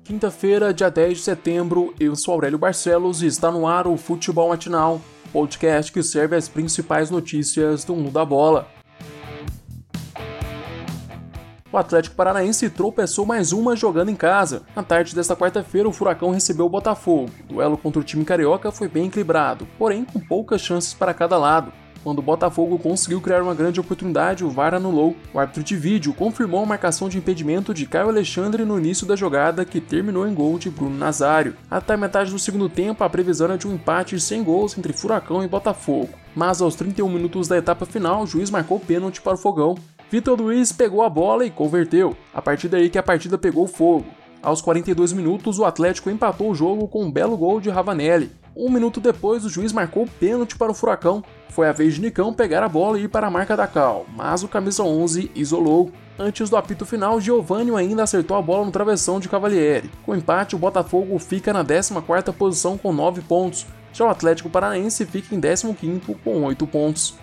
Quinta-feira, dia 10 de setembro, eu sou Aurélio Barcelos e está no ar o Futebol Matinal, podcast que serve as principais notícias do mundo da bola. O Atlético Paranaense tropeçou mais uma jogando em casa. Na tarde desta quarta-feira, o Furacão recebeu o Botafogo. O duelo contra o time carioca foi bem equilibrado, porém com poucas chances para cada lado. Quando o Botafogo conseguiu criar uma grande oportunidade, o VAR anulou. O árbitro de vídeo confirmou a marcação de impedimento de Caio Alexandre no início da jogada, que terminou em gol de Bruno Nazário. Até a metade do segundo tempo, a previsão era de um empate sem gols entre Furacão e Botafogo. Mas aos 31 minutos da etapa final, o juiz marcou pênalti para o Fogão. Vitor Luiz pegou a bola e converteu. A partir daí que a partida pegou fogo. Aos 42 minutos, o Atlético empatou o jogo com um belo gol de Ravanelli. Um minuto depois, o juiz marcou pênalti para o Furacão. Foi a vez de Nicão pegar a bola e ir para a marca da Cal, mas o camisa 11 isolou. Antes do apito final, Giovânio ainda acertou a bola no travessão de Cavalieri. Com o empate, o Botafogo fica na 14ª posição com 9 pontos. Já o Atlético Paranaense fica em 15º com 8 pontos.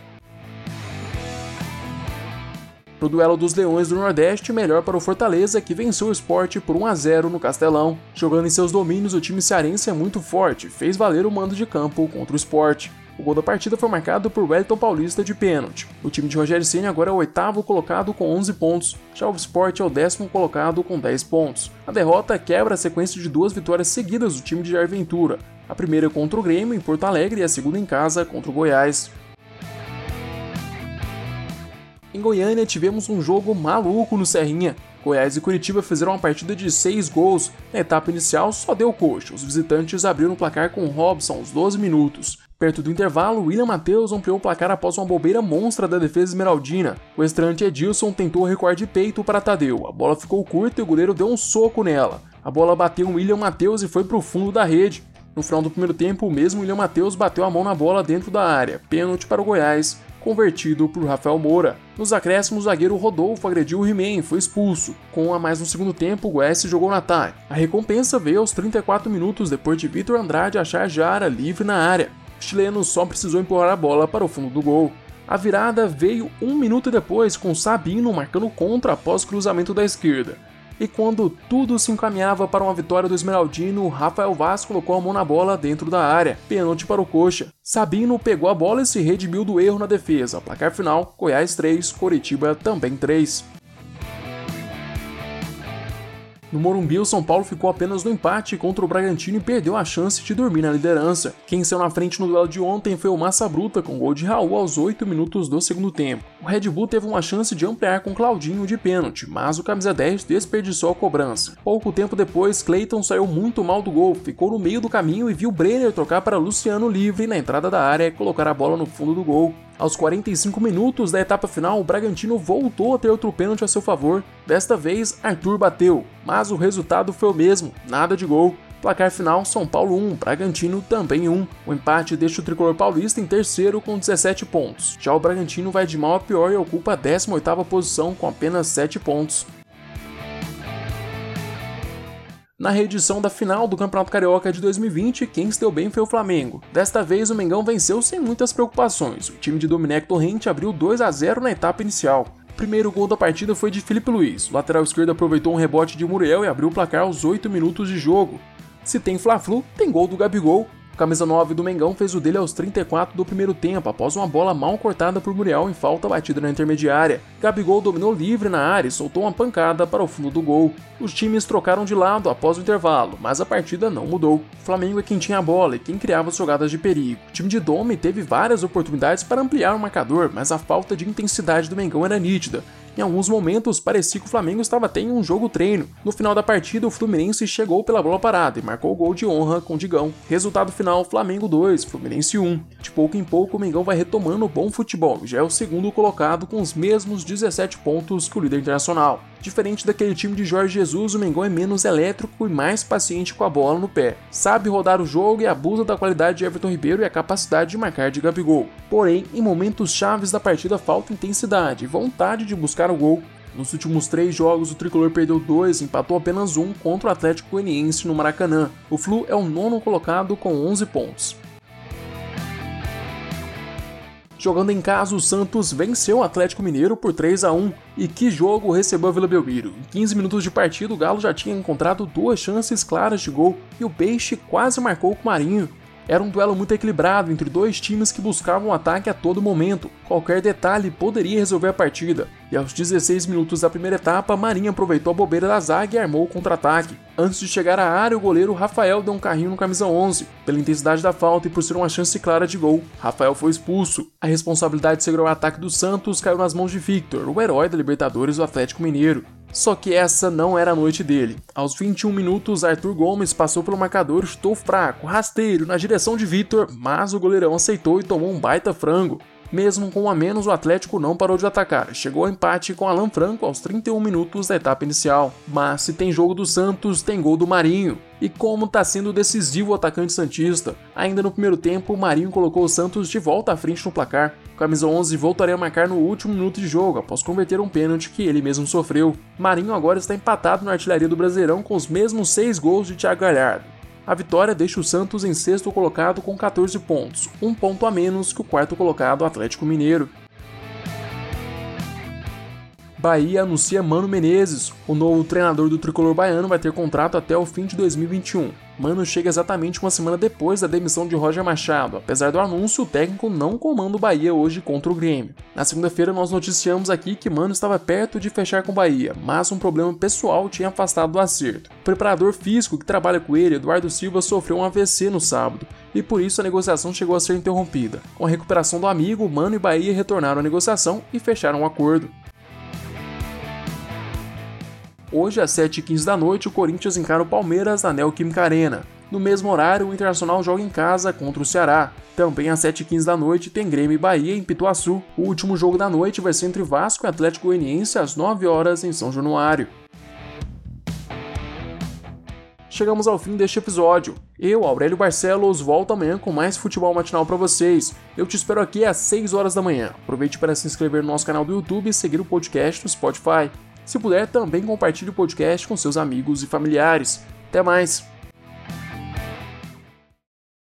No duelo dos Leões do Nordeste, melhor para o Fortaleza, que venceu o Sport por 1-0 no Castelão. Jogando em seus domínios, o time cearense é muito forte, fez valer o mando de campo contra o Sport. O gol da partida foi marcado por Wellington Paulista de pênalti. O time de Rogério Ceni agora é o 8º colocado com 11 pontos, já o Sport é o 10º colocado com 10 pontos. A derrota quebra a sequência de 2 vitórias seguidas do time de Jair Ventura, a primeira contra o Grêmio em Porto Alegre e a segunda em casa contra o Goiás. Em Goiânia tivemos um jogo maluco no Serrinha. Goiás e Curitiba fizeram uma partida de 6 gols. Na etapa inicial só deu coxa, os visitantes abriram o placar com Robson aos 12 minutos. Perto do intervalo, William Matheus ampliou o placar após uma bobeira monstra da defesa esmeraldina. O estreante Edilson tentou recuar de peito para Tadeu, a bola ficou curta e o goleiro deu um soco nela. A bola bateu em William Matheus e foi para o fundo da rede. No final do primeiro tempo, o mesmo William Matheus bateu a mão na bola dentro da área, pênalti para o Goiás, convertido por Rafael Moura. Nos acréscimos, o zagueiro Rodolfo agrediu o He-Man e foi expulso. Com a mais no segundo tempo, o Goiás se jogou no ataque. A recompensa veio aos 34 minutos depois de Vitor Andrade achar Jara livre na área. O chileno só precisou empurrar a bola para o fundo do gol. A virada veio 1 minuto depois, com Sabino marcando contra após o cruzamento da esquerda. E quando tudo se encaminhava para uma vitória do Esmeraldino, Rafael Vaz colocou a mão na bola dentro da área, pênalti para o Coxa. Sabino pegou a bola e se redimiu do erro na defesa. Placar final, Goiás 3, Coritiba também 3. No Morumbi, o São Paulo ficou apenas no empate contra o Bragantino e perdeu a chance de dormir na liderança. Quem saiu na frente no duelo de ontem foi o Massa Bruta, com gol de Raul aos 8 minutos do segundo tempo. O Red Bull teve uma chance de ampliar com Claudinho de pênalti, mas o camisa 10 desperdiçou a cobrança. Pouco tempo depois, Cleiton saiu muito mal do gol, ficou no meio do caminho e viu Brenner trocar para Luciano livre na entrada da área e colocar a bola no fundo do gol. Aos 45 minutos da etapa final, o Bragantino voltou a ter outro pênalti a seu favor. Desta vez, Arthur bateu, mas o resultado foi o mesmo, nada de gol. Placar final, São Paulo 1, Bragantino também 1. O empate deixa o tricolor paulista em terceiro com 17 pontos. Já o Bragantino vai de mal a pior e ocupa a 18ª posição com apenas 7 pontos. Na reedição da final do Campeonato Carioca de 2020, quem se deu bem foi o Flamengo. Desta vez, o Mengão venceu sem muitas preocupações. O time de Domenech Torrente abriu 2-0 na etapa inicial. O primeiro gol da partida foi de Felipe Luiz. O lateral esquerdo aproveitou um rebote de Muriel e abriu o placar aos 8 minutos de jogo. Se tem Fla-Flu, tem gol do Gabigol. O camisa 9 do Mengão fez o dele aos 34 do primeiro tempo, após uma bola mal cortada por Muriel em falta batida na intermediária. Gabigol dominou livre na área e soltou uma pancada para o fundo do gol. Os times trocaram de lado após o intervalo, mas a partida não mudou. O Flamengo é quem tinha a bola e quem criava as jogadas de perigo. O time de Dome teve várias oportunidades para ampliar o marcador, mas a falta de intensidade do Mengão era nítida. Em alguns momentos, parecia que o Flamengo estava até em um jogo treino. No final da partida, o Fluminense chegou pela bola parada e marcou o gol de honra com o Digão. Resultado final, Flamengo 2, Fluminense 1. De pouco em pouco, o Mengão vai retomando o bom futebol e já é o segundo colocado com os mesmos 17 pontos que o líder internacional. Diferente daquele time de Jorge Jesus, o Mengão é menos elétrico e mais paciente com a bola no pé. Sabe rodar o jogo e abusa da qualidade de Everton Ribeiro e a capacidade de marcar de Gabigol. Porém, em momentos chaves da partida falta intensidade e vontade de buscar o gol. Nos últimos 3 jogos, o tricolor perdeu 2 e empatou apenas 1 contra o Atlético Goianiense no Maracanã. O Flu é o 9º colocado com 11 pontos. Jogando em casa, o Santos venceu o Atlético Mineiro por 3-1. E que jogo recebeu a Vila Belmiro. Em 15 minutos de partida, o Galo já tinha encontrado 2 chances claras de gol e o Peixe quase marcou com o Marinho. Era um duelo muito equilibrado entre 2 times que buscavam o ataque a todo momento. Qualquer detalhe poderia resolver a partida. E aos 16 minutos da primeira etapa, Marinho aproveitou a bobeira da zaga e armou o contra-ataque. Antes de chegar à área, o goleiro Rafael deu um carrinho no camisa 11. Pela intensidade da falta e por ser uma chance clara de gol, Rafael foi expulso. A responsabilidade de segurar o ataque do Santos caiu nas mãos de Victor, o herói da Libertadores do Atlético Mineiro. Só que essa não era a noite dele. Aos 21 minutos, Arthur Gomes passou pelo marcador, chutou fraco, rasteiro, na direção de Victor, mas o goleirão aceitou e tomou um baita frango. Mesmo com 1 a menos, o Atlético não parou de atacar, chegou ao empate com Alan Franco aos 31 minutos da etapa inicial. Mas se tem jogo do Santos, tem gol do Marinho. E como está sendo decisivo o atacante santista. Ainda no primeiro tempo, o Marinho colocou o Santos de volta à frente no placar. O camisa 11 voltaria a marcar no último minuto de jogo, após converter um pênalti que ele mesmo sofreu. Marinho agora está empatado na artilharia do Brasileirão com os mesmos 6 gols de Thiago Galhardo. A vitória deixa o Santos em 6º colocado com 14 pontos, 1 ponto a menos que o 4º colocado Atlético Mineiro. Bahia anuncia Mano Menezes. O novo treinador do tricolor baiano vai ter contrato até o fim de 2021. Mano chega exatamente uma semana depois da demissão de Roger Machado. Apesar do anúncio, o técnico não comanda o Bahia hoje contra o Grêmio. Na segunda-feira nós noticiamos aqui que Mano estava perto de fechar com o Bahia, mas um problema pessoal tinha afastado do acerto. O preparador físico que trabalha com ele, Eduardo Silva, sofreu um AVC no sábado, e por isso a negociação chegou a ser interrompida. Com a recuperação do amigo, Mano e Bahia retornaram à negociação e fecharam um acordo. Hoje, às 7h15 da noite, o Corinthians encara o Palmeiras na Neoquímica Arena. No mesmo horário, o Internacional joga em casa contra o Ceará. Também às 7h15 da noite tem Grêmio e Bahia em Pituaçu. O último jogo da noite vai ser entre Vasco e Atlético Goianiense às 9 horas em São Januário. Chegamos ao fim deste episódio. Eu, Aurélio Barcelos, volto amanhã com mais futebol matinal para vocês. Eu te espero aqui às 6 horas da manhã. Aproveite para se inscrever no nosso canal do YouTube e seguir o podcast no Spotify. Se puder, também compartilhe o podcast com seus amigos e familiares. Até mais!